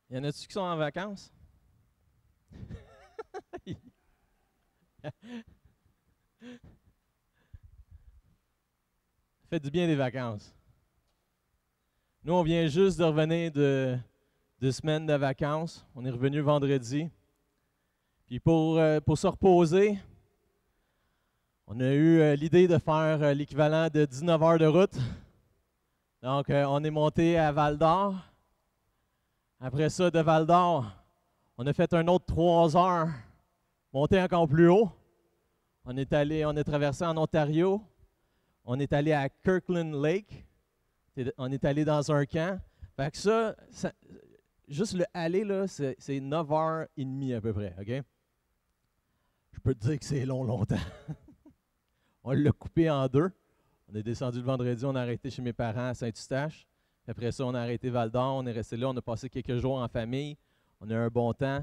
Y en a-tu qui sont en vacances? Fait du bien des vacances. Nous, on vient juste de revenir de semaines de vacances. On est revenu vendredi. Puis pour se reposer, on a eu l'idée de faire l'équivalent de 19 heures de route. Donc, on est monté à Val-d'Or. Après ça, de Val-d'Or, on a fait un autre 3 heures, monté encore plus haut. On est traversé en Ontario. On est allé à Kirkland Lake. On est allé dans un camp. Fait que ça juste le aller, là, c'est 9h30 à peu près, OK? Je peux te dire que c'est longtemps. On l'a coupé en deux. On est descendu le vendredi, on a arrêté chez mes parents à Saint-Eustache. Après ça, on a arrêté Val-d'Or, on est resté là, on a passé quelques jours en famille. On a eu un bon temps.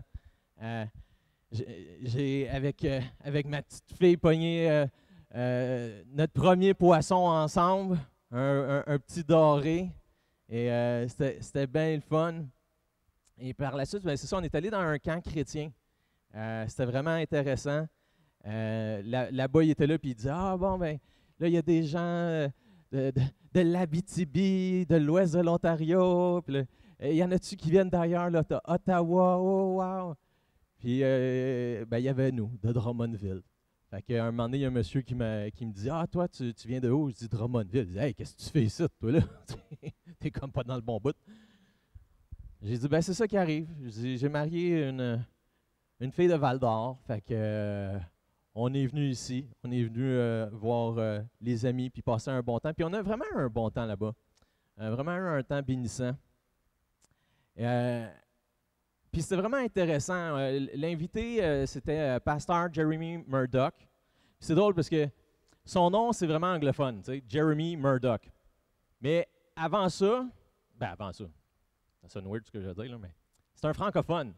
J'ai, avec ma petite fille, pogné notre premier poisson ensemble, un petit doré. Et c'était bien le fun. Et par la suite, c'est ça, on est allé dans un camp chrétien. C'était vraiment intéressant. Là-bas, il était là, puis il disait, ah bon, ben là, il y a des gens de l'Abitibi, de l'ouest de l'Ontario. Puis là, il y en a-tu qui viennent d'ailleurs, là, Ottawa, oh wow. Puis, ben, il y avait nous, de Drummondville. Fait qu'à un moment donné, il y a un monsieur qui me dit, ah, toi, tu viens de où? Je dis Drummondville. Il dit, hey, qu'est-ce que tu fais ici, toi, là? T'es comme pas dans le bon bout. J'ai dit, ben, c'est ça qui arrive. J'ai marié une fille de Val-d'Or. Fait que, on est venu ici. On est venu voir les amis, puis passer un bon temps. Puis, on a vraiment eu un bon temps là-bas. Vraiment eu un temps bénissant. Puis c'était vraiment intéressant. L'invité, c'était Pasteur Jeremy Murdoch. C'est drôle parce que son nom, c'est vraiment anglophone, tu sais, Jeremy Murdoch. Mais avant ça, ça sonne weird ce que je veux dire, là, mais c'est un francophone.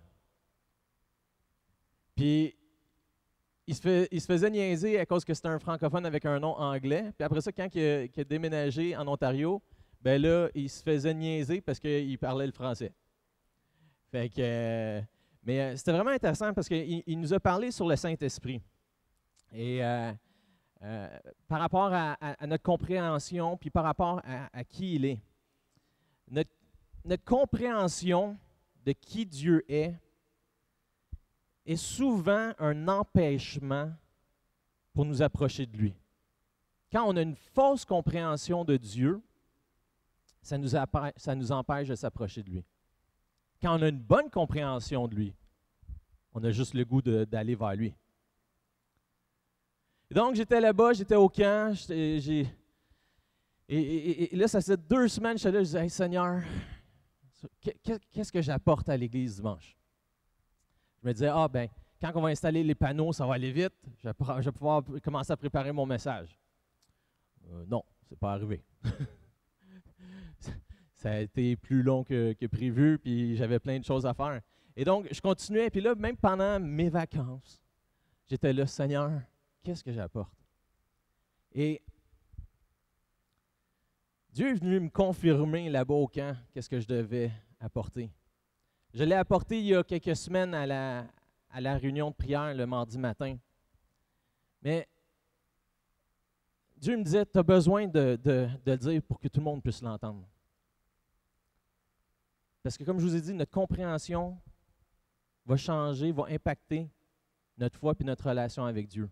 Puis il se faisait niaiser à cause que c'était un francophone avec un nom anglais. Puis après ça, quand il a déménagé en Ontario, ben là, il se faisait niaiser parce qu'il parlait le français. Fait que, mais c'était vraiment intéressant parce qu'il nous a parlé sur le Saint-Esprit. Et par rapport à notre compréhension, puis par rapport à qui il est. Notre compréhension de qui Dieu est souvent un empêchement pour nous approcher de lui. Quand on a une fausse compréhension de Dieu, ça nous empêche de s'approcher de lui. Quand on a une bonne compréhension de lui, on a juste le goût d'aller vers lui. Et donc, j'étais là-bas, j'étais au camp, et là, ça faisait 2 semaines, j'étais là, je disais, hey, Seigneur, qu'est-ce que j'apporte à l'Église dimanche? Je me disais, quand on va installer les panneaux, ça va aller vite, je vais pouvoir commencer à préparer mon message. Non, c'est pas arrivé. Ça a été plus long que prévu, puis j'avais plein de choses à faire. Et donc, je continuais, puis là, même pendant mes vacances, j'étais là, Seigneur, qu'est-ce que j'apporte? Et Dieu est venu me confirmer là-bas au camp qu'est-ce que je devais apporter. Je l'ai apporté il y a quelques semaines à la réunion de prière le mardi matin. Mais Dieu me disait, tu as besoin de le dire pour que tout le monde puisse l'entendre. Parce que comme je vous ai dit, notre compréhension va changer, va impacter notre foi et notre relation avec Dieu.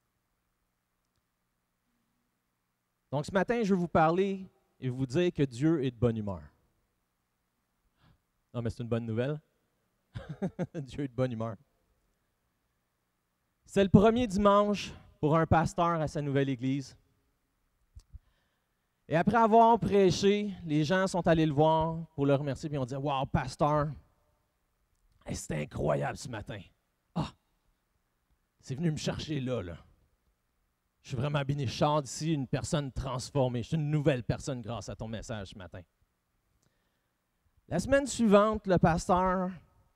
Donc ce matin, je vais vous parler et vous dire que Dieu est de bonne humeur. Non, mais c'est une bonne nouvelle. Dieu est de bonne humeur. C'est le premier dimanche pour un pasteur à sa nouvelle église. Et après avoir prêché, les gens sont allés le voir pour le remercier et ont dit « Wow, pasteur, c'était incroyable ce matin. Ah, c'est venu me chercher là. Je suis vraiment béni. Je sors d'ici une personne transformée. Je suis une nouvelle personne grâce à ton message ce matin. » La semaine suivante, le pasteur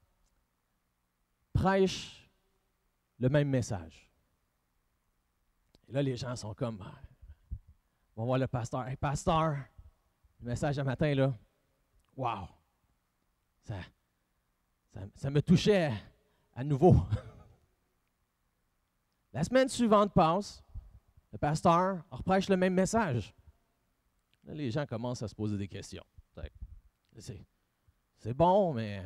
prêche le même message. Et là, les gens sont comme... On va voir le pasteur. « Hey, pasteur, le message ce matin, là, wow! Ça me touchait à nouveau. La semaine suivante passe, le pasteur reprêche le même message. Là, les gens commencent à se poser des questions. C'est bon, mais...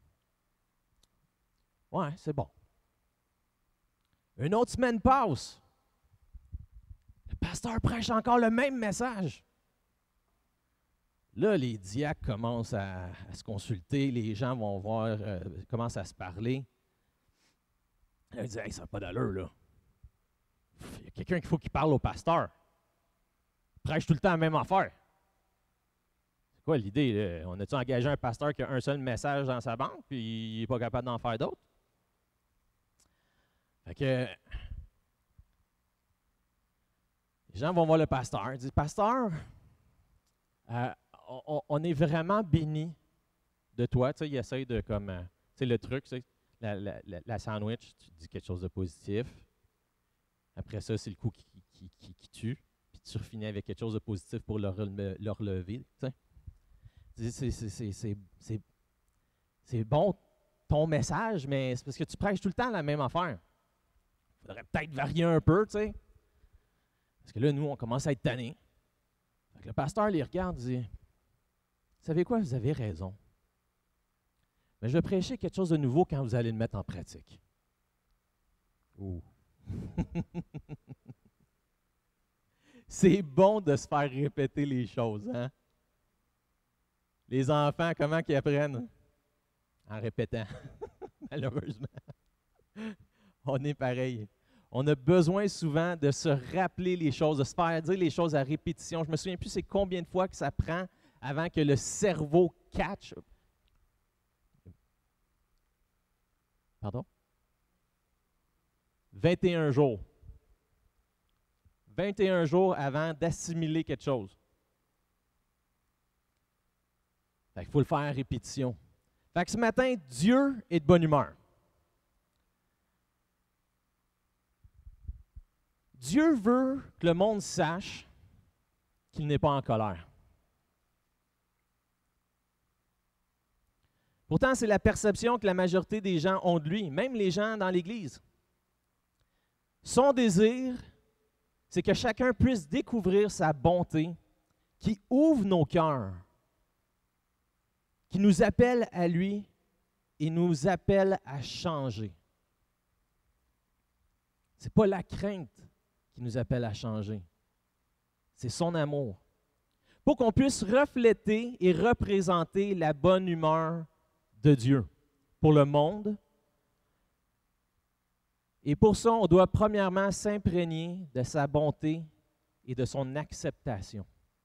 Ouais, c'est bon. Une autre semaine passe. Le pasteur prêche encore le même message. Là, les diacres commencent à se consulter, les gens vont voir, commencent à se parler. Là, ils disent, hey, ça n'a pas d'allure, là. Il y a quelqu'un qu'il faut qu'il parle au pasteur. Il prêche tout le temps la même affaire. C'est quoi l'idée, là? On a-tu engagé un pasteur qui a un seul message dans sa banque, puis il n'est pas capable d'en faire d'autres? Fait que les gens vont voir le pasteur, ils disent, pasteur, on est vraiment béni de toi. Tu sais, il essaie de comme, tu sais, le truc, tu sais, la sandwich, tu dis quelque chose de positif. Après ça, c'est le coup qui tue. Puis tu finis avec quelque chose de positif pour le relever. Tu sais. C'est bon ton message, mais c'est parce que tu prêches tout le temps la même affaire. Il faudrait peut-être varier un peu, tu sais. Parce que là, nous, on commence à être tannés. Le pasteur les regarde et dit, vous savez quoi, vous avez raison. Mais je vais prêcher quelque chose de nouveau quand vous allez le mettre en pratique. Ouh. C'est bon de se faire répéter les choses, hein? Les enfants, comment qu'ils apprennent? En répétant, malheureusement. On est pareil. On a besoin souvent de se rappeler les choses, de se faire dire les choses à répétition. Je ne me souviens plus c'est combien de fois que ça prend avant que le cerveau catch. Pardon? 21 jours. 21 jours avant d'assimiler quelque chose. Fait qu'il faut le faire à répétition. Fait que ce matin, Dieu est de bonne humeur. Dieu veut que le monde sache qu'il n'est pas en colère. Pourtant, c'est la perception que la majorité des gens ont de lui, même les gens dans l'Église. Son désir, c'est que chacun puisse découvrir sa bonté qui ouvre nos cœurs, qui nous appelle à lui et nous appelle à changer. Ce n'est pas la crainte qui nous appelle à changer. C'est son amour. Pour qu'on puisse refléter et représenter la bonne humeur de Dieu pour le monde. Et pour ça, on doit premièrement s'imprégner de sa bonté et de son acceptation.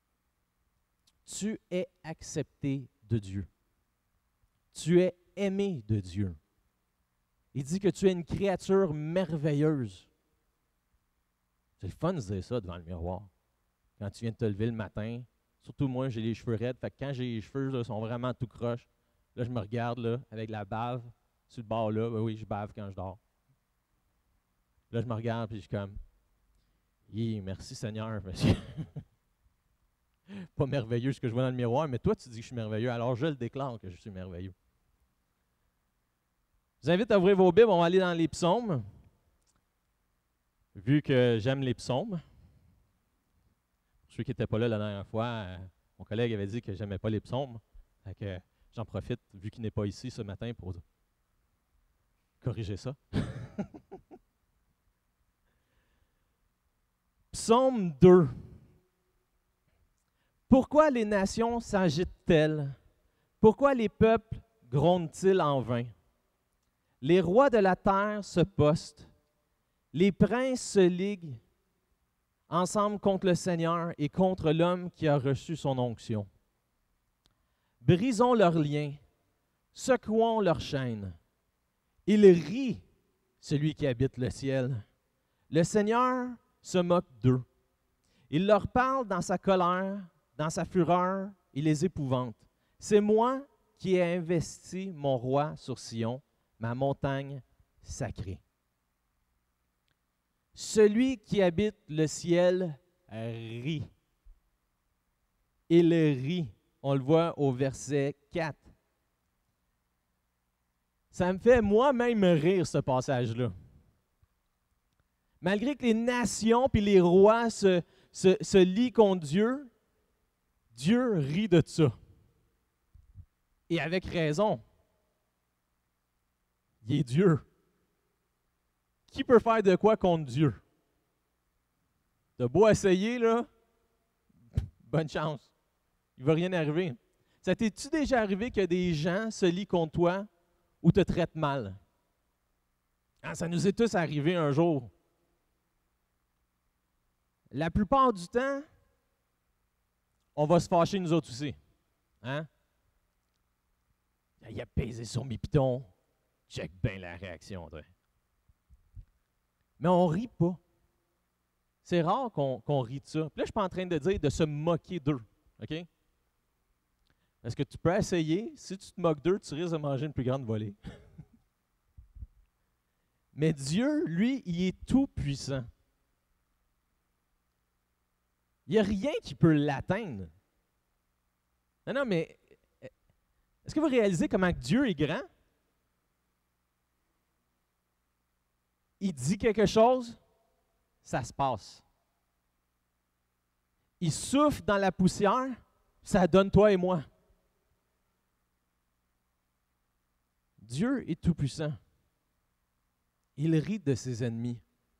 Tu es accepté de Dieu. Tu es aimé de Dieu. Il dit que tu es une créature merveilleuse. C'est le fun de dire ça devant le miroir. Quand tu viens de te lever le matin, surtout moi, j'ai les cheveux raides, fait que quand j'ai les cheveux là, sont vraiment tout croche, là, je me regarde là, avec la bave sur le bord là. Ben oui, je bave quand je dors. Là, je me regarde et je suis comme, merci Seigneur, monsieur. Pas merveilleux ce que je vois dans le miroir, mais toi, tu dis que je suis merveilleux, alors je le déclare que je suis merveilleux. Je vous invite à ouvrir vos Bibles, on va aller dans les psaumes. Vu que j'aime les psaumes. Pour ceux qui n'étaient pas là la dernière fois, mon collègue avait dit que je n'aimais pas les psaumes. Fait que j'en profite, vu qu'il n'est pas ici ce matin, pour corriger ça. Psaume 2. Pourquoi les nations s'agitent-elles? Pourquoi les peuples grondent-ils en vain? Les rois de la terre se postent, les princes se liguent ensemble contre le Seigneur et contre l'homme qui a reçu son onction. Brisons leurs liens, secouons leurs chaînes. Il rit, celui qui habite le ciel. Le Seigneur se moque d'eux. Il leur parle dans sa colère, dans sa fureur, il les épouvante. C'est moi qui ai investi mon roi sur Sion, ma montagne sacrée. Celui qui habite le ciel rit. Il rit. On le voit au verset 4. Ça me fait moi-même rire, ce passage-là. Malgré que les nations puis les rois se lient contre Dieu, Dieu rit de ça. Et avec raison. Il est Dieu. Qui peut faire de quoi contre Dieu? T'as beau essayer, là, bonne chance. Il ne va rien arriver. Ça t'est-tu déjà arrivé que des gens se lient contre toi ou te traitent mal? Ah, ça nous est tous arrivé un jour. La plupart du temps, on va se fâcher nous autres aussi. Hein? Il a pesé sur mes pitons. Check bien la réaction. Toi. Mais on ne rit pas. C'est rare qu'on rit de ça. Puis là, je ne suis pas en train de dire de se moquer d'eux. OK? Parce que tu peux essayer, si tu te moques d'eux, tu risques de manger une plus grande volée. Mais Dieu, lui, il est tout puissant. Il n'y a rien qui peut l'atteindre. Non, mais est-ce que vous réalisez comment Dieu est grand? Il dit quelque chose, ça se passe. Il souffle dans la poussière, ça donne toi et moi. Dieu est tout-puissant. Il rit de ses ennemis.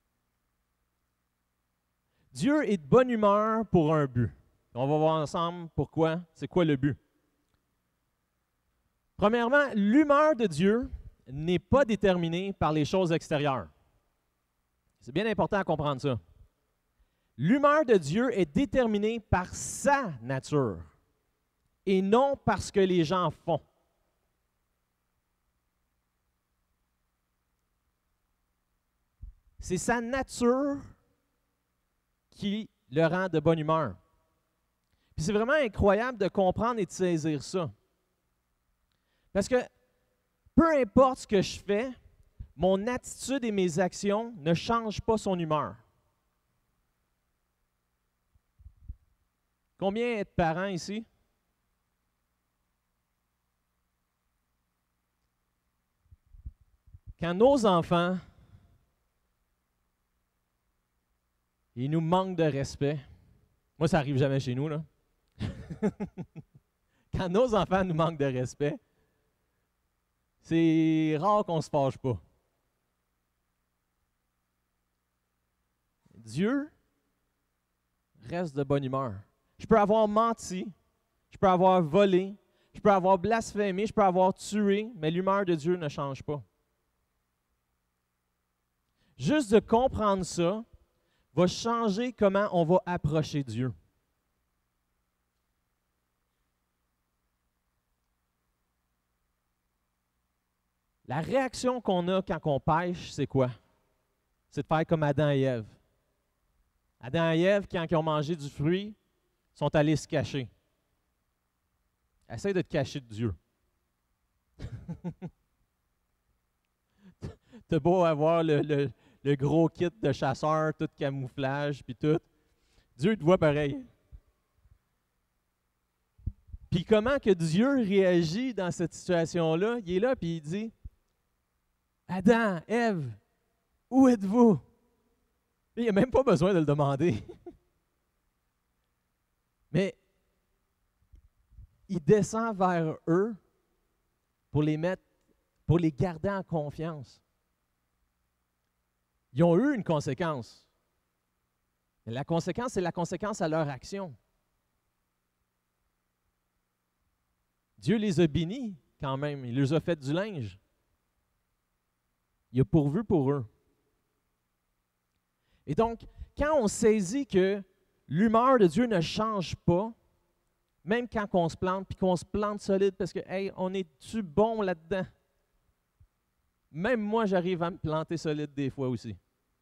Dieu est de bonne humeur pour un but. On va voir ensemble pourquoi. C'est quoi le but? Premièrement, l'humeur de Dieu n'est pas déterminée par les choses extérieures. C'est bien important à comprendre ça. L'humeur de Dieu est déterminée par sa nature et non par ce que les gens font. C'est sa nature qui le rend de bonne humeur. Puis c'est vraiment incroyable de comprendre et de saisir ça. Parce que peu importe ce que je fais, mon attitude et mes actions ne changent pas son humeur. Combien de parents ici? Quand nos enfants, ils nous manquent de respect, moi ça n'arrive jamais chez nous, là. Quand nos enfants nous manquent de respect, c'est rare qu'on ne se fâche pas. Dieu reste de bonne humeur. Je peux avoir menti, je peux avoir volé, je peux avoir blasphémé, je peux avoir tué, mais l'humeur de Dieu ne change pas. Juste de comprendre ça va changer comment on va approcher Dieu. La réaction qu'on a quand on pêche, c'est quoi? C'est de faire comme Adam et Ève. Adam et Ève, quand ils ont mangé du fruit, sont allés se cacher. Essaye de te cacher de Dieu. T'as beau avoir le gros kit de chasseur, tout camouflage, puis tout. Dieu te voit pareil. Puis comment que Dieu réagit dans cette situation-là? Il est là, puis il dit, Adam, Ève, où êtes-vous? Il n'y a même pas besoin de le demander. Mais il descend vers eux pour les garder en confiance. Ils ont eu une conséquence. Mais la conséquence, c'est la conséquence à leur action. Dieu les a bénis quand même. Il leur a fait du linge. Il a pourvu pour eux. Et donc, quand on saisit que l'humeur de Dieu ne change pas, même quand on se plante, puis qu'on se plante solide parce que, hey, on est-tu bon là-dedans? Même moi, j'arrive à me planter solide des fois aussi.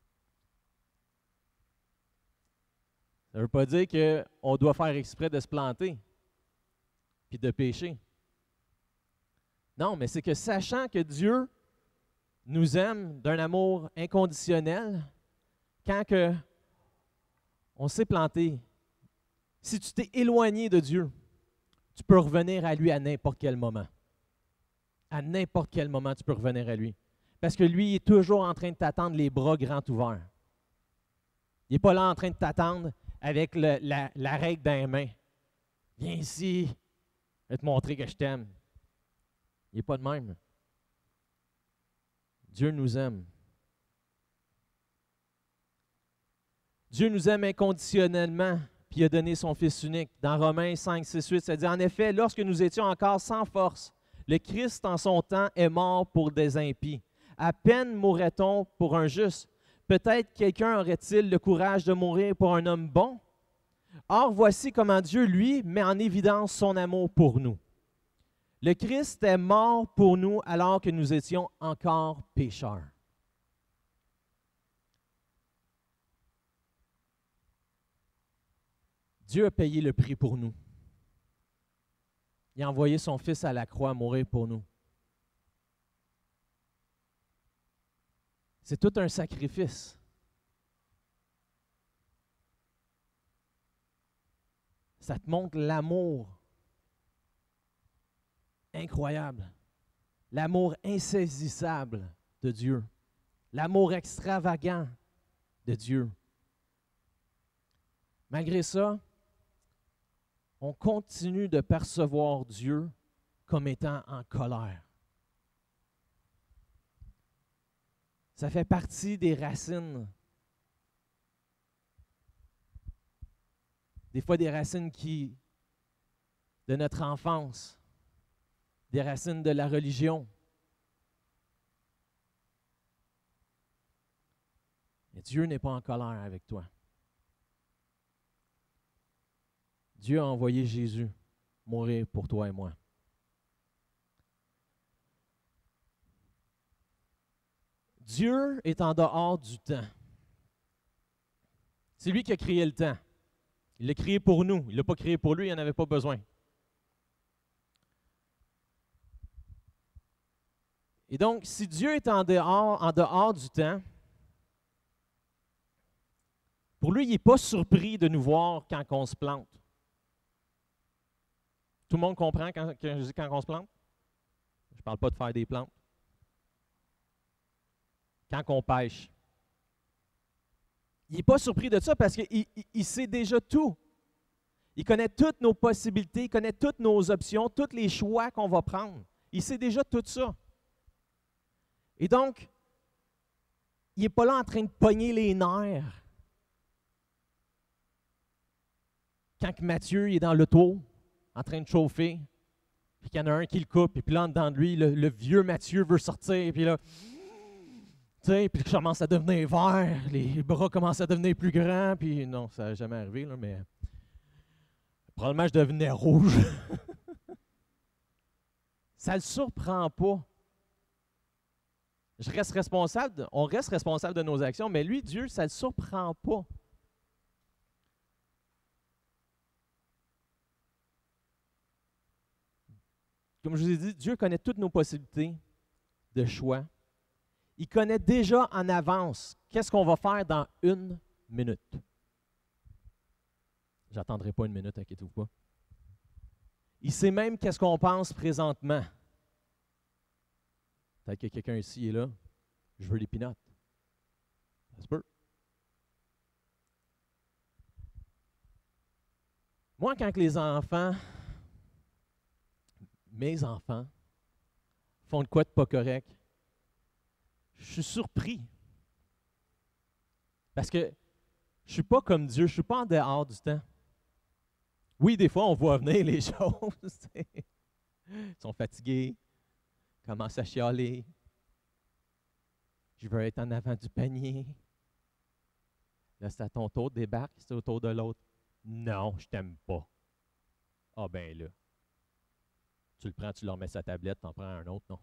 Ça ne veut pas dire qu'on doit faire exprès de se planter puis de pécher. Non, mais c'est que sachant que Dieu nous aime d'un amour inconditionnel, quand on s'est planté, si tu t'es éloigné de Dieu, tu peux revenir à lui à n'importe quel moment. À n'importe quel moment, tu peux revenir à lui. Parce que lui, il est toujours en train de t'attendre les bras grands ouverts. Il n'est pas là en train de t'attendre avec la règle dans les mains. Viens ici, je vais te montrer que je t'aime. Il n'est pas de même. Dieu nous aime. Dieu nous aime inconditionnellement, puis il a donné son Fils unique. Dans Romains 5, 6, 8, ça dit, en effet, lorsque nous étions encore sans force, le Christ en son temps est mort pour des impies. À peine mourrait-on pour un juste. Peut-être quelqu'un aurait-il le courage de mourir pour un homme bon? Or, voici comment Dieu, lui, met en évidence son amour pour nous. Le Christ est mort pour nous alors que nous étions encore pécheurs. Dieu a payé le prix pour nous. Il a envoyé son Fils à la croix mourir pour nous. C'est tout un sacrifice. Ça te montre l'amour incroyable, l'amour insaisissable de Dieu, l'amour extravagant de Dieu. Malgré ça, on continue de percevoir Dieu comme étant en colère. Ça fait partie des racines. Des fois, des racines de notre enfance, des racines de la religion. Mais Dieu n'est pas en colère avec toi. Dieu a envoyé Jésus mourir pour toi et moi. Dieu est en dehors du temps. C'est lui qui a créé le temps. Il l'a créé pour nous. Il ne l'a pas créé pour lui, il n'en avait pas besoin. Et donc, si Dieu est en dehors du temps, pour lui, il n'est pas surpris de nous voir quand on se plante. Tout le monde comprend quand je dis quand on se plante? Je ne parle pas de faire des plantes. Quand on pêche. Il n'est pas surpris de ça parce qu'il sait déjà tout. Il connaît toutes nos possibilités, il connaît toutes nos options, tous les choix qu'on va prendre. Il sait déjà tout ça. Et donc, il n'est pas là en train de pogner les nerfs. Quand Matthieu est dans l'auto, en train de chauffer, puis qu'il y en a un qui le coupe, et puis là, en dedans de lui, le vieux Matthieu veut sortir, puis là, tu sais, puis il commence à devenir vert, les bras commencent à devenir plus grands, puis non, ça n'a jamais arrivé, là, mais probablement je devenais rouge. Ça ne le surprend pas. On reste responsable de nos actions, mais lui, Dieu, ça ne le surprend pas. Comme je vous ai dit, Dieu connaît toutes nos possibilités de choix. Il connaît déjà en avance qu'est-ce qu'on va faire dans 1 minute. J'attendrai pas 1 minute, inquiétez-vous pas. Il sait même qu'est-ce qu'on pense présentement. Peut-être que quelqu'un ici est là. Je veux les pinottes. Ça se peut. Moi, quand mes enfants, font de quoi de pas correct, je suis surpris. Parce que je ne suis pas comme Dieu, je ne suis pas en dehors du temps. Oui, des fois, on voit venir les choses. Ils sont fatigués, commencent à chialer. Je veux être en avant du panier. Là, c'est à ton tour, débarque, c'est au tour de l'autre. Non, je t'aime pas. Ah ben là. Tu le prends, tu le remets sur sa tablette, tu en prends un autre, non.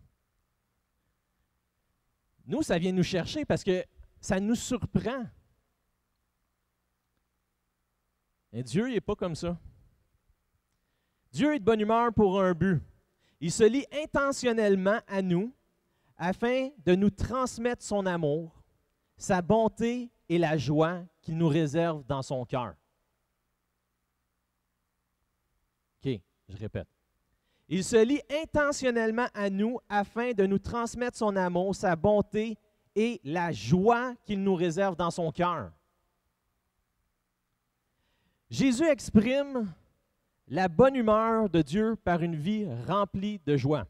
Nous, ça vient nous chercher parce que ça nous surprend. Et Dieu, il n'est pas comme ça. Dieu est de bonne humeur pour un but. Il se lie intentionnellement à nous afin de nous transmettre son amour, sa bonté et la joie qu'il nous réserve dans son cœur. OK, je répète. Il se lie intentionnellement à nous afin de nous transmettre son amour, sa bonté et la joie qu'il nous réserve dans son cœur. Jésus exprime la bonne humeur de Dieu par une vie remplie de joie.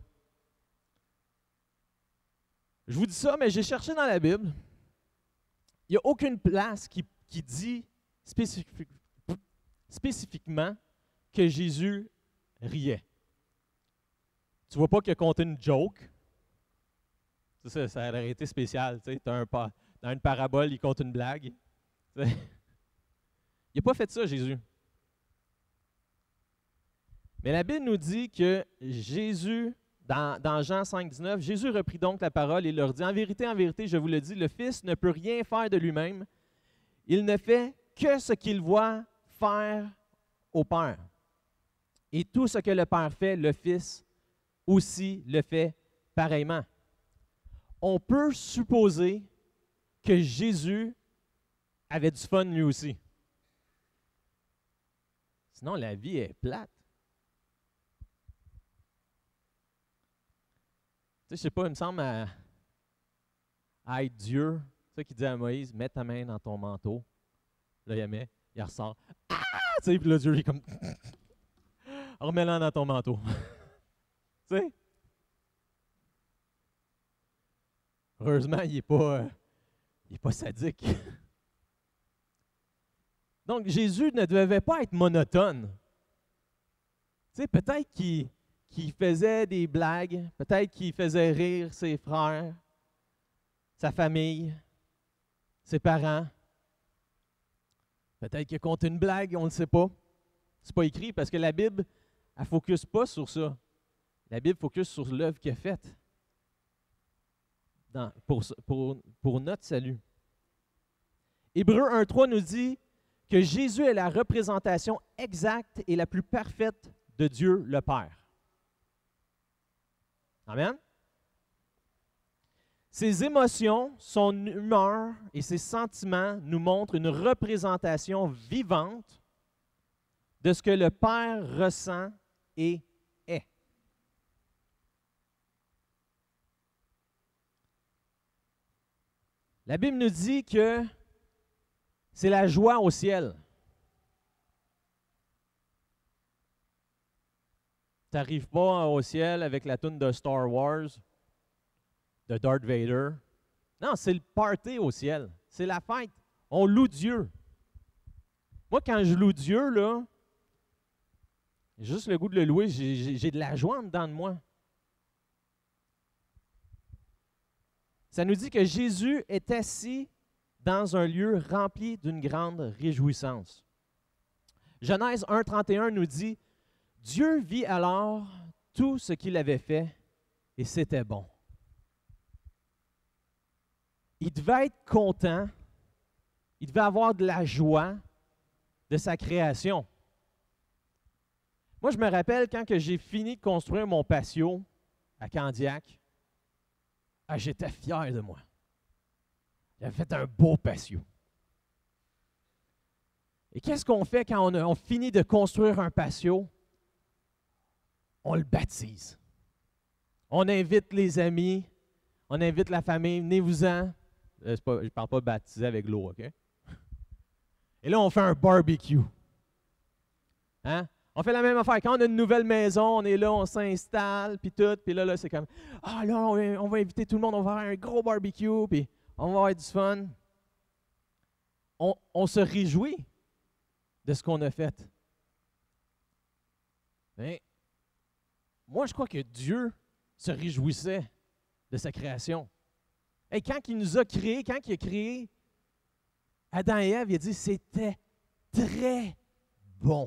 Je vous dis ça, mais j'ai cherché dans la Bible. Il n'y a aucune place qui dit spécifiquement que Jésus riait. Tu ne vois pas qu'il a conté une joke. Ça aurait été spécial. Tu sais, dans une parabole, il compte une blague. Il n'a pas fait ça, Jésus. Mais la Bible nous dit que Jésus, dans Jean 5,19, Jésus reprit donc la parole et leur dit, en vérité, je vous le dis, le Fils ne peut rien faire de lui-même. Il ne fait que ce qu'il voit faire au Père. Et tout ce que le Père fait, le Fils aussi le fait pareillement. On peut supposer que Jésus avait du fun lui aussi. Sinon, la vie est plate. Tu sais, je sais pas, il me semble à être Dieu, c'est ça qu'il dit à Moïse, mets ta main dans ton manteau. Là, il la met, il ressort. Ah! Tu sais, puis là, Dieu, il est comme, remets-la dans ton manteau. Tu sais? Heureusement, il n'est pas sadique. Donc, Jésus ne devait pas être monotone. Tu sais, peut-être qu'il faisait des blagues, peut-être qu'il faisait rire ses frères, sa famille, ses parents. Peut-être qu'il a conté une blague, on ne le sait pas. C'est pas écrit parce que la Bible, elle ne focus pas sur ça. La Bible focus sur l'œuvre qu'il a faite pour notre salut. Hébreux 1,3 nous dit que Jésus est la représentation exacte et la plus parfaite de Dieu le Père. Amen? Ses émotions, son humeur et ses sentiments nous montrent une représentation vivante de ce que le Père ressent et est. La Bible nous dit que c'est la joie au ciel. Tu n'arrives pas au ciel avec la toune de Star Wars, de Darth Vader. Non, c'est le party au ciel. C'est la fête. On loue Dieu. Moi, quand je loue Dieu, là, j'ai juste le goût de le louer. J'ai de la joie en dedans de moi. Ça nous dit que Jésus est assis dans un lieu rempli d'une grande réjouissance. Genèse 1,31 nous dit « Dieu vit alors tout ce qu'il avait fait, et c'était bon. » Il devait être content, il devait avoir de la joie de sa création. Moi, je me rappelle quand j'ai fini de construire mon patio à Candiac, j'étais fier de moi. J'avais fait un beau patio. Et qu'est-ce qu'on fait quand on finit de construire un patio? On le baptise. On invite les amis, on invite la famille, venez-vous-en. Je ne parle pas de baptiser avec l'eau, OK? Et là, on fait un barbecue. Hein? On fait la même affaire. Quand on a une nouvelle maison, on est là, on s'installe, puis tout. Puis là, c'est comme, là, on va inviter tout le monde, on va faire un gros barbecue, puis on va avoir du fun. On se réjouit de ce qu'on a fait. Mais moi, je crois que Dieu se réjouissait de sa création. Et quand il nous a créés, quand il a créé Adam et Ève, il a dit c'était très bon.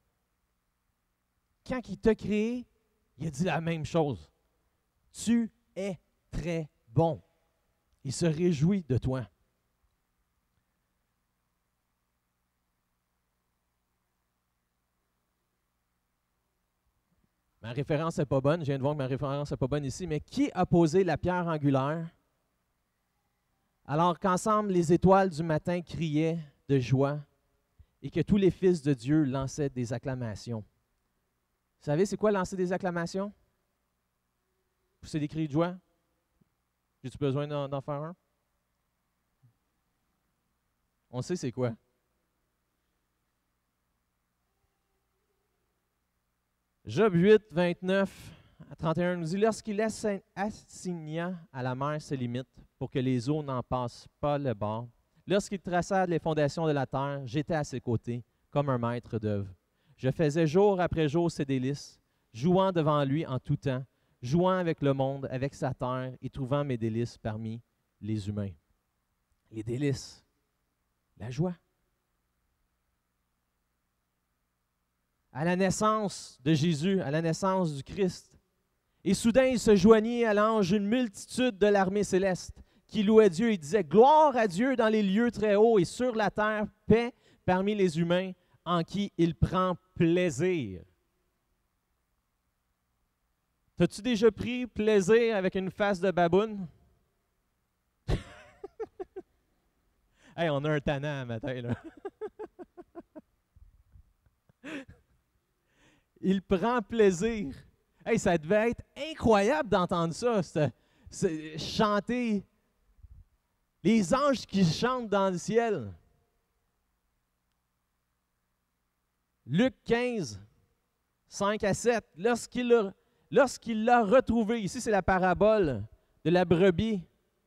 Quand il t'a créé, il a dit la même chose. Tu es très bon. Il se réjouit de toi. Ma référence n'est pas bonne. Je viens de voir que ma référence n'est pas bonne ici. Mais qui a posé la pierre angulaire alors qu'ensemble les étoiles du matin criaient de joie et que tous les fils de Dieu lançaient des acclamations? Vous savez, c'est quoi lancer des acclamations? Pousser des cris de joie? J'ai-tu besoin d'en faire un? On sait c'est quoi. Job 8, 29 à 31 nous dit « Lorsqu'il assigna à la mer ses limites pour que les eaux n'en passent pas le bord, lorsqu'il traça les fondations de la terre, j'étais à ses côtés comme un maître d'œuvre. Je faisais jour après jour ses délices, jouant devant lui en tout temps, jouant avec le monde, avec sa terre et trouvant mes délices parmi les humains. » Les délices, la joie. À la naissance de Jésus, à la naissance du Christ. Et soudain, il se joignit à l'ange une multitude de l'armée céleste qui louait Dieu et disait « Gloire à Dieu dans les lieux très hauts et sur la terre, paix parmi les humains en qui il prend plaisir. » T'as-tu déjà pris plaisir avec une face de baboune? Hey, on a un tannant matin, là. Il prend plaisir. Hey, ça devait être incroyable d'entendre ça, chanter. Les anges qui chantent dans le ciel. Luc 15, 5 à 7. Lorsqu'il l'a retrouvé, ici c'est la parabole de la brebis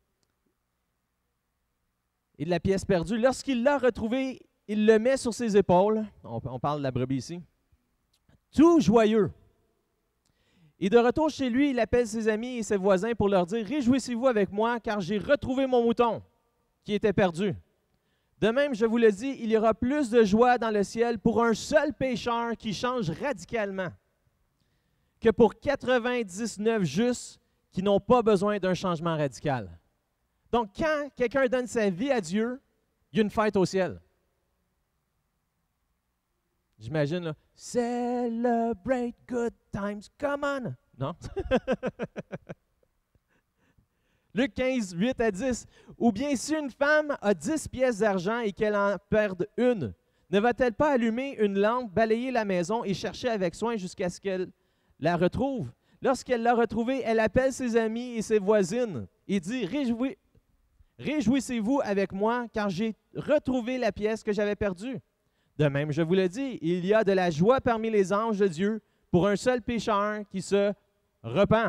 et de la pièce perdue. Lorsqu'il l'a retrouvé, il le met sur ses épaules. On parle de la brebis ici. Tout joyeux. Et de retour chez lui, il appelle ses amis et ses voisins pour leur dire « Réjouissez-vous avec moi, car j'ai retrouvé mon mouton qui était perdu. » De même, je vous le dis, il y aura plus de joie dans le ciel pour un seul pécheur qui change radicalement que pour 99 justes qui n'ont pas besoin d'un changement radical. Donc, quand quelqu'un donne sa vie à Dieu, il y a une fête au ciel. J'imagine, là, « Celebrate good times, come on! » Non? Luc 15, 8 à 10. « Ou bien si une femme a 10 pièces d'argent et qu'elle en perde une, ne va-t-elle pas allumer une lampe, balayer la maison et chercher avec soin jusqu'à ce qu'elle la retrouve? Lorsqu'elle l'a retrouvée, elle appelle ses amis et ses voisines et dit « Réjouissez-vous avec moi, car j'ai retrouvé la pièce que j'avais perdue. » De même, je vous le dis, il y a de la joie parmi les anges de Dieu pour un seul pécheur qui se repent.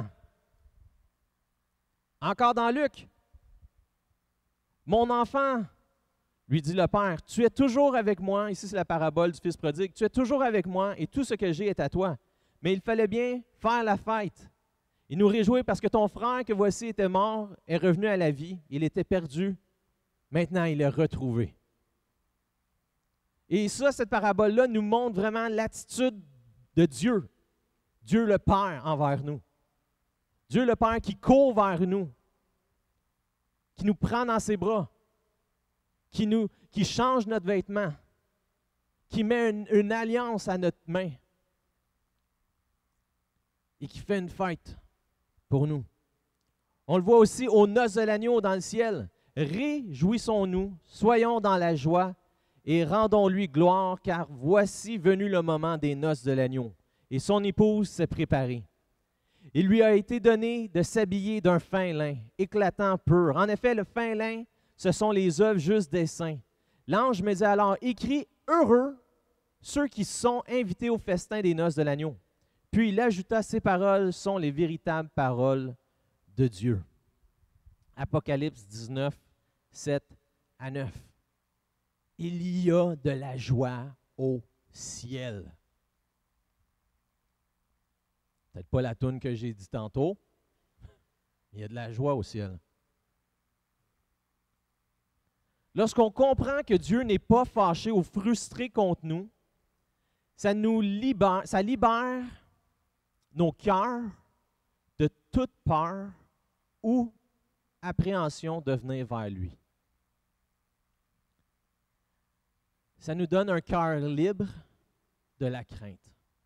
Encore dans Luc, « Mon enfant, lui dit le Père, tu es toujours avec moi. » Ici, c'est la parabole du Fils prodigue. « Tu es toujours avec moi et tout ce que j'ai est à toi. Mais il fallait bien faire la fête et nous réjouir parce que ton frère que voici était mort est revenu à la vie. Il était perdu. Maintenant, il est retrouvé. » Et ça, cette parabole-là nous montre vraiment l'attitude de Dieu, Dieu le Père envers nous. Dieu le Père qui court vers nous, qui nous prend dans ses bras, qui change notre vêtement, qui met une alliance à notre main et qui fait une fête pour nous. On le voit aussi aux noces de l'agneau dans le ciel. Réjouissons-nous, soyons dans la joie et rendons-lui gloire, car voici venu le moment des noces de l'agneau, et son épouse s'est préparée. Il lui a été donné de s'habiller d'un fin lin, éclatant pur. En effet, le fin lin, ce sont les œuvres justes des saints. L'ange me dit alors, écris heureux ceux qui sont invités au festin des noces de l'agneau. Puis il ajouta, ces paroles sont les véritables paroles de Dieu. Apocalypse 19, 7 à 9. Il y a de la joie au ciel. Peut-être pas la toune que j'ai dit tantôt. Il y a de la joie au ciel. Lorsqu'on comprend que Dieu n'est pas fâché ou frustré contre nous, ça libère nos cœurs de toute peur ou appréhension de venir vers lui. Ça nous donne un cœur libre de la crainte.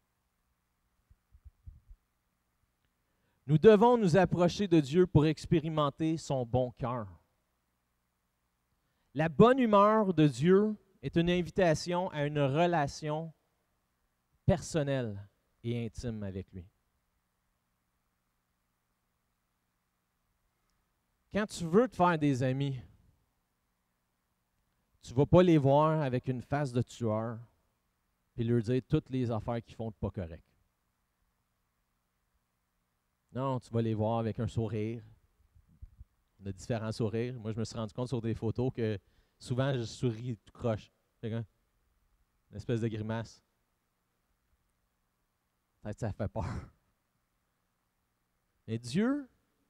Nous devons nous approcher de Dieu pour expérimenter son bon cœur. La bonne humeur de Dieu est une invitation à une relation personnelle et intime avec lui. Quand tu veux te faire des amis, tu ne vas pas les voir avec une face de tueur et leur dire toutes les affaires qu'ils font de pas correct. Non, tu vas les voir avec un sourire. On a différents sourires. Moi, je me suis rendu compte sur des photos que souvent, je souris tout croche. Une espèce de grimace. Peut-être que ça fait peur. Mais Dieu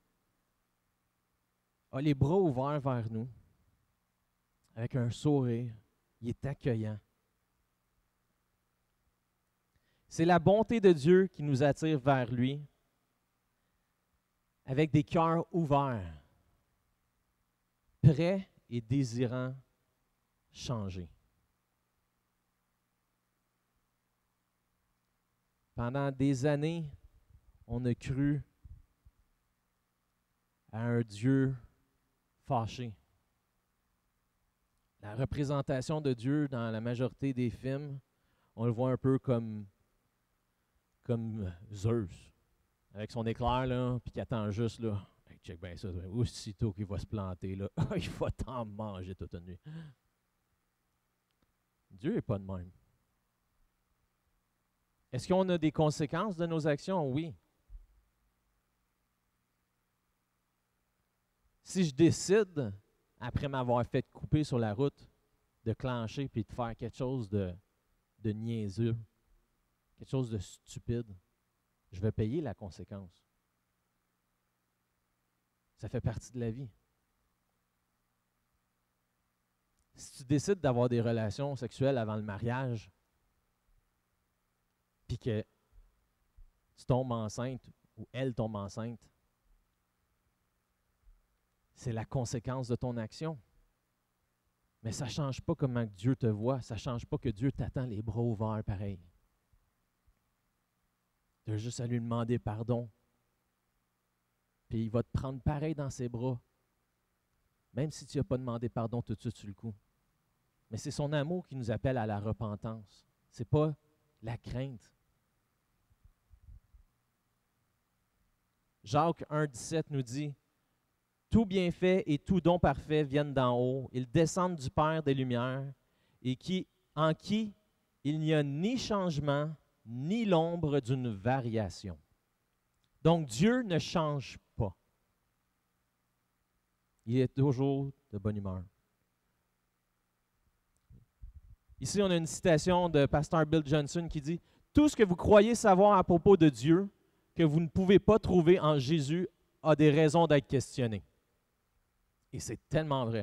a les bras ouverts vers nous, avec un sourire. Il est accueillant. C'est la bonté de Dieu qui nous attire vers lui, avec des cœurs ouverts, prêts et désirant changer. Pendant des années, on a cru à un Dieu fâché. La représentation de Dieu dans la majorité des films, on le voit un peu comme Zeus, avec son éclair, là, puis qui attend juste, là. Hey, check bien ça, aussitôt qu'il va se planter, là, il va t'en manger toute une nuit. Dieu n'est pas de même. Est-ce qu'on a des conséquences de nos actions? Oui. Si je décide, après m'avoir fait couper sur la route, de clencher puis de faire quelque chose de niaiseux, quelque chose de stupide, je vais payer la conséquence. Ça fait partie de la vie. Si tu décides d'avoir des relations sexuelles avant le mariage, puis que tu tombes enceinte ou elle tombe enceinte, c'est la conséquence de ton action. Mais ça ne change pas comment Dieu te voit. Ça ne change pas que Dieu t'attend les bras ouverts pareil. Tu as juste à lui demander pardon. Puis il va te prendre pareil dans ses bras. Même si tu n'as pas demandé pardon tout de suite sur le coup. Mais c'est son amour qui nous appelle à la repentance. Ce n'est pas la crainte. Jacques 1,17 nous dit « Tout bienfait et tout don parfait viennent d'en haut. Ils descendent du Père des Lumières et en qui il n'y a ni changement, ni l'ombre d'une variation. » Donc Dieu ne change pas. Il est toujours de bonne humeur. Ici, on a une citation de pasteur Bill Johnson qui dit « Tout ce que vous croyez savoir à propos de Dieu, que vous ne pouvez pas trouver en Jésus, a des raisons d'être questionné. » Et c'est tellement vrai.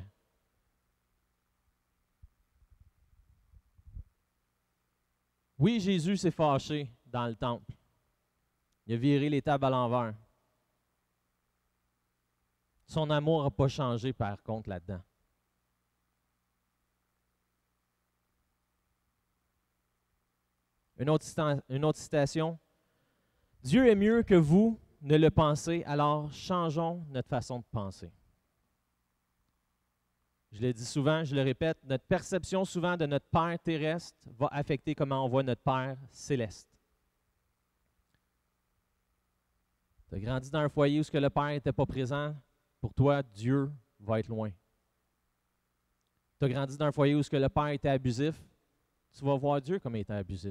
Oui, Jésus s'est fâché dans le temple. Il a viré les tables à l'envers. Son amour n'a pas changé, par contre, là-dedans. Une autre citation. « Dieu est mieux que vous ne le pensez, alors changeons notre façon de penser. » Je le dis souvent, je le répète, notre perception souvent de notre Père terrestre va affecter comment on voit notre Père céleste. Tu as grandi dans un foyer où le Père n'était pas présent, pour toi, Dieu va être loin. Tu as grandi dans un foyer où le Père était abusif, tu vas voir Dieu comme il était abusif.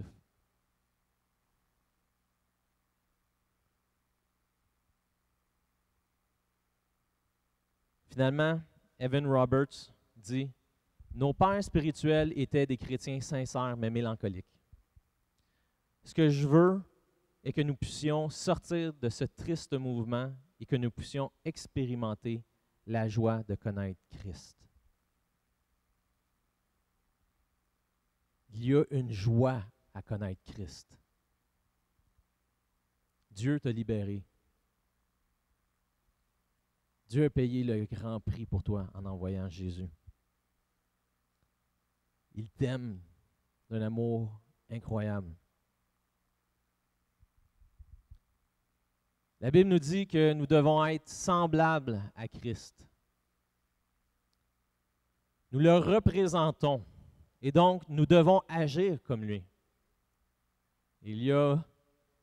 Finalement, Evan Roberts dit « Nos pères spirituels étaient des chrétiens sincères mais mélancoliques. Ce que je veux est que nous puissions sortir de ce triste mouvement et que nous puissions expérimenter la joie de connaître Christ. » Il y a une joie à connaître Christ. Dieu t'a libéré. Dieu a payé le grand prix pour toi en envoyant Jésus. Il t'aime d'un amour incroyable. La Bible nous dit que nous devons être semblables à Christ. Nous le représentons et donc nous devons agir comme lui. Il y a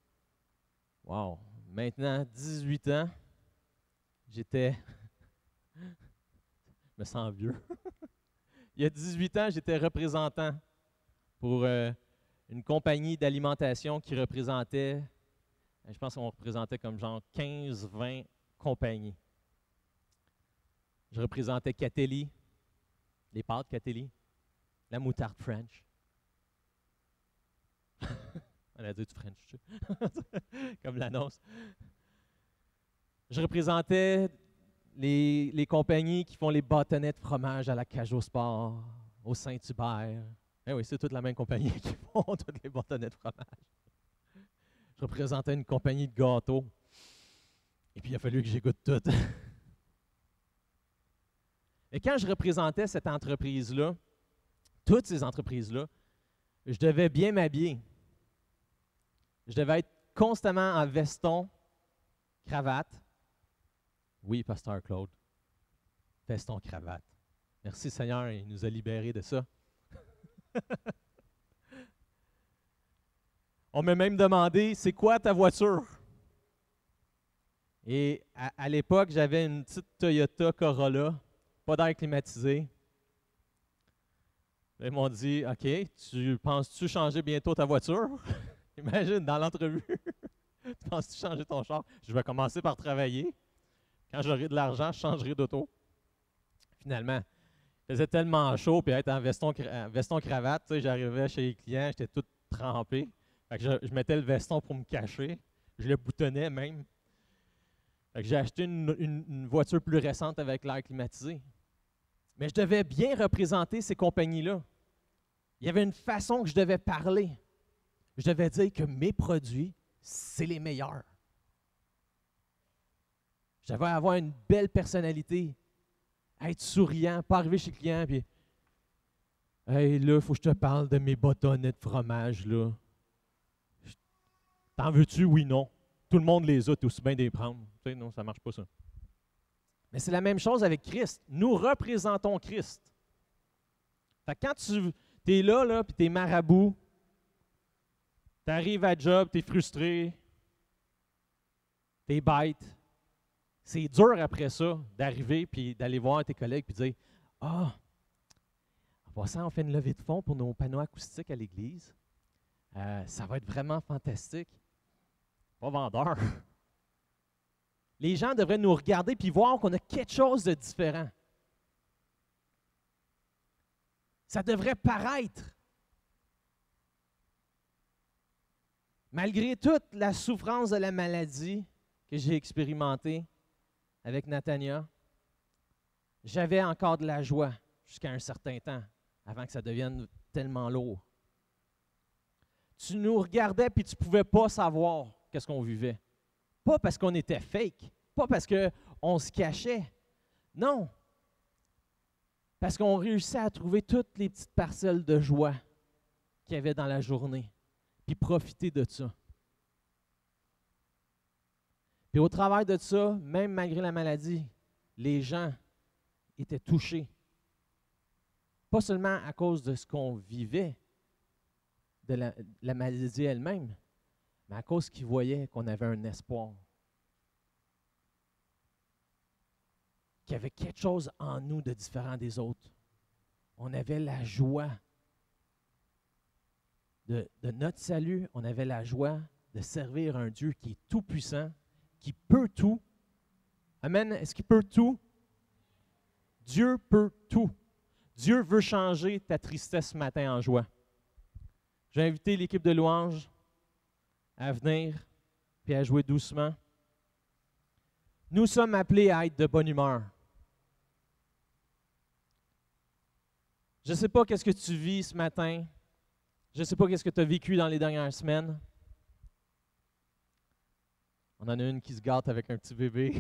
Wow! Maintenant, 18 ans, j'étais... Je me sens vieux. Il y a 18 ans, j'étais représentant pour une compagnie d'alimentation qui représentait, je pense qu'on représentait comme genre 15-20 compagnies. Je représentais Catelli, les pâtes Catelli, la moutarde French. On a dit du French, tu sais. Comme l'annonce. Je représentais les compagnies qui font les bâtonnets de fromage à la Cage au Sport, au Saint-Hubert. Eh oui, c'est toute la même compagnie qui font toutes les bâtonnets de fromage. Je représentais une compagnie de gâteaux. Et puis, il a fallu que j'écoute tout. Et quand je représentais cette entreprise-là, toutes ces entreprises-là, je devais bien m'habiller. Je devais être constamment en veston, cravate. Oui, Pasteur Claude. Veston, cravate. Merci Seigneur, il nous a libérés de ça. On m'a même demandé, c'est quoi ta voiture? Et à l'époque, j'avais une petite Toyota Corolla, pas d'air climatisé. Ils m'ont dit, OK, tu penses-tu changer bientôt ta voiture? Imagine, dans l'entrevue, tu penses-tu changer ton char? Je vais commencer par travailler. Quand j'aurai de l'argent, je changerai d'auto. Finalement, il faisait tellement chaud, puis être en veston cravate, tu sais, j'arrivais chez les clients, j'étais tout trempé. Fait que je mettais le veston pour me cacher. Je le boutonnais même. Fait que j'ai acheté une voiture plus récente avec l'air climatisé. Mais je devais bien représenter ces compagnies-là. Il y avait une façon que je devais parler. Je devais dire que mes produits, c'est les meilleurs. Je devais avoir une belle personnalité, être souriant, pas arriver chez le client, puis « Hey, là, il faut que je te parle de mes bâtonnets de fromage, là. T'en veux-tu? Oui, non. Tout le monde les a, t'es aussi bien de les prendre. » Tu sais, non, ça ne marche pas, ça. Mais c'est la même chose avec Christ. Nous représentons Christ. Fait que quand tu es là puis tu es marabout, tu arrives à job, tu es frustré, tu es bête, c'est dur après ça d'arriver puis d'aller voir tes collègues puis de dire « Ah, en passant, on fait une levée de fonds pour nos panneaux acoustiques à l'église. Ça va être vraiment fantastique. » Pas vendeur. Les gens devraient nous regarder puis voir qu'on a quelque chose de différent. Ça devrait paraître. Malgré toute la souffrance de la maladie que j'ai expérimentée avec Natania, j'avais encore de la joie jusqu'à un certain temps, avant que ça devienne tellement lourd. Tu nous regardais puis tu ne pouvais pas savoir qu'est-ce qu'on vivait. Pas parce qu'on était fake, pas parce qu'on se cachait. Non. Parce qu'on réussissait à trouver toutes les petites parcelles de joie qu'il y avait dans la journée, puis profiter de ça. Puis au travers de ça, même malgré la maladie, les gens étaient touchés. Pas seulement à cause de ce qu'on vivait, de la maladie elle-même, mais à cause qu'ils voyaient qu'on avait un espoir. Qu'il y avait quelque chose en nous de différent des autres. On avait la joie de notre salut, on avait la joie de servir un Dieu qui est tout-puissant, qui peut tout. Amen. Est-ce qu'il peut tout? Dieu peut tout. Dieu veut changer ta tristesse ce matin en joie. Je vais inviter l'équipe de louanges à venir et à jouer doucement. Nous sommes appelés à être de bonne humeur. Je ne sais pas qu'est-ce que tu vis ce matin. Je ne sais pas qu'est-ce que tu as vécu dans les dernières semaines. On en a une qui se gâte avec un petit bébé.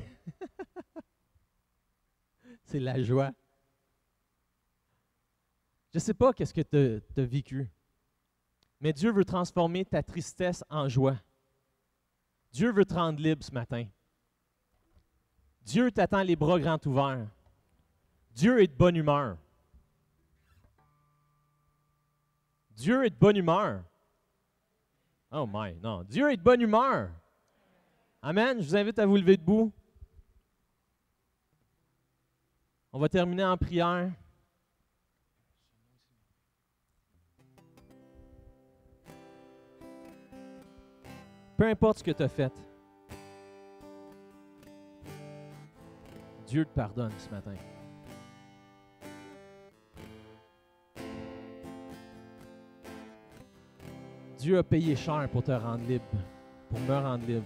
C'est la joie. Je ne sais pas qu'est-ce que tu as vécu. Mais Dieu veut transformer ta tristesse en joie. Dieu veut te rendre libre ce matin. Dieu t'attend les bras grands ouverts. Dieu est de bonne humeur. Dieu est de bonne humeur. Oh my, non. Dieu est de bonne humeur. Amen. Je vous invite à vous lever debout. On va terminer en prière. Peu importe ce que tu as fait, Dieu te pardonne ce matin. Dieu a payé cher pour te rendre libre, pour me rendre libre.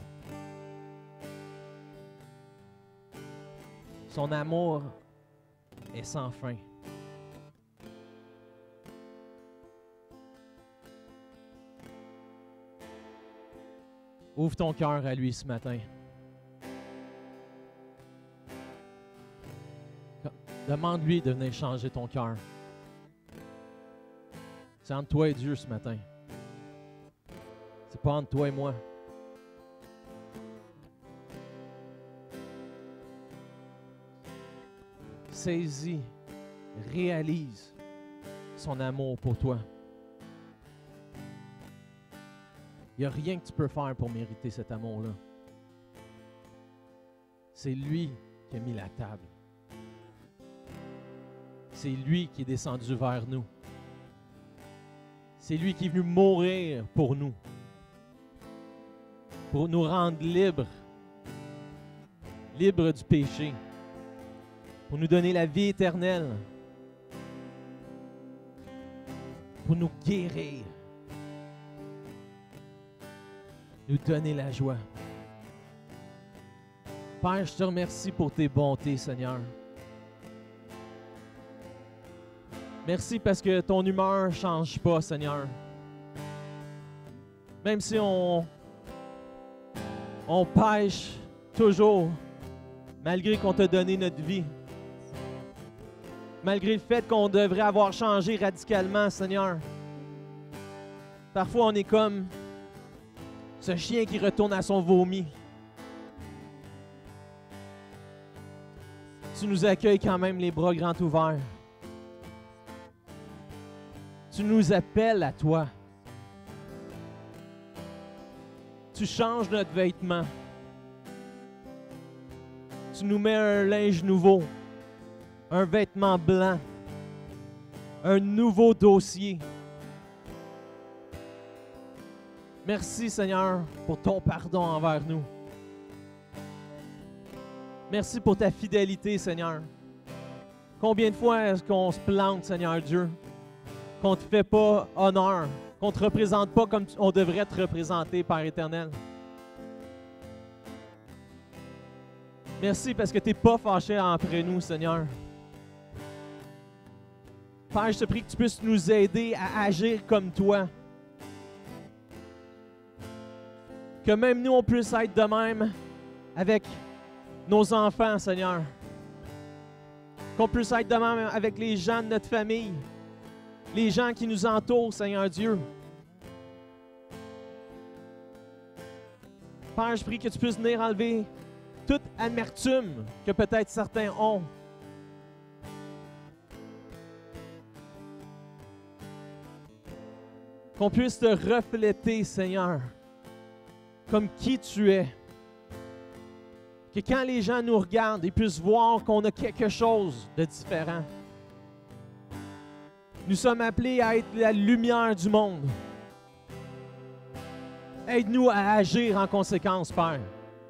Son amour est sans fin. Ouvre ton cœur à lui ce matin. Demande-lui de venir changer ton cœur. C'est entre toi et Dieu ce matin. C'est pas entre toi et moi. Saisis, réalise son amour pour toi. Il n'y a rien que tu peux faire pour mériter cet amour-là. C'est lui qui a mis la table. C'est lui qui est descendu vers nous. C'est lui qui est venu mourir pour nous. Pour nous rendre libres. Libres du péché. Pour nous donner la vie éternelle. Pour nous guérir. Nous donner la joie. Père, je te remercie pour tes bontés, Seigneur. Merci parce que ton humeur ne change pas, Seigneur. Même si on pêche toujours, malgré qu'on t'a donné notre vie, malgré le fait qu'on devrait avoir changé radicalement, Seigneur. Parfois, on est comme ce chien qui retourne à son vomi. Tu nous accueilles quand même les bras grands ouverts. Tu nous appelles à toi. Tu changes notre vêtement. Tu nous mets un linge nouveau, un vêtement blanc, un nouveau dossier. Merci, Seigneur, pour ton pardon envers nous. Merci pour ta fidélité, Seigneur. Combien de fois est-ce qu'on se plante, Seigneur Dieu, qu'on ne te fait pas honneur, qu'on ne te représente pas comme on devrait te représenter, Père éternel. Merci parce que tu n'es pas fâché après nous, Seigneur. Père, je te prie que tu puisses nous aider à agir comme toi. Que même nous, on puisse être de même avec nos enfants, Seigneur. Qu'on puisse être de même avec les gens de notre famille. Les gens qui nous entourent, Seigneur Dieu. Père, je prie que tu puisses venir enlever toute amertume que peut-être certains ont. Qu'on puisse te refléter, Seigneur, comme qui tu es. Que quand les gens nous regardent, ils puissent voir qu'on a quelque chose de différent. Nous sommes appelés à être la lumière du monde. Aide-nous à agir en conséquence, Père.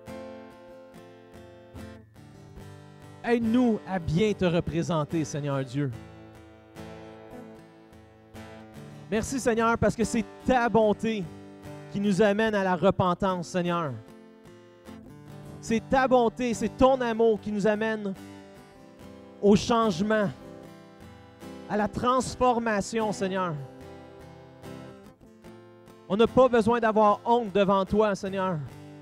Aide-nous à bien te représenter, Seigneur Dieu. Merci, Seigneur, parce que c'est ta bonté qui nous amène à la repentance, Seigneur. C'est ta bonté, c'est ton amour qui nous amène au changement, à la transformation, Seigneur. On n'a pas besoin d'avoir honte devant toi, Seigneur.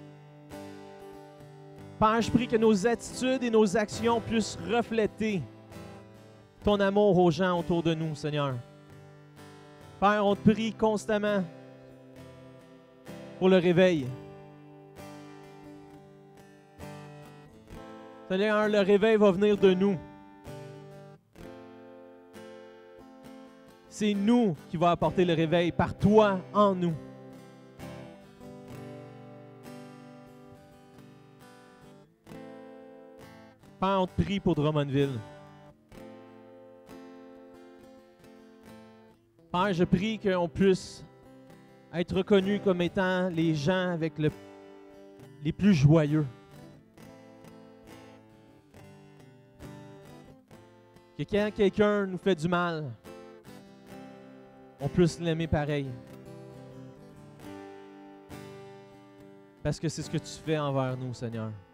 Père, je prie que nos attitudes et nos actions puissent refléter ton amour aux gens autour de nous, Seigneur. Père, on te prie constamment pour le réveil. Seigneur, le réveil va venir de nous. C'est nous qui va apporter le réveil par toi en nous. Père, on te prie pour Drummondville. Père, je prie qu'on puisse être reconnus comme étant les gens avec les plus joyeux. Que quand quelqu'un nous fait du mal, on puisse l'aimer pareil. Parce que c'est ce que tu fais envers nous, Seigneur.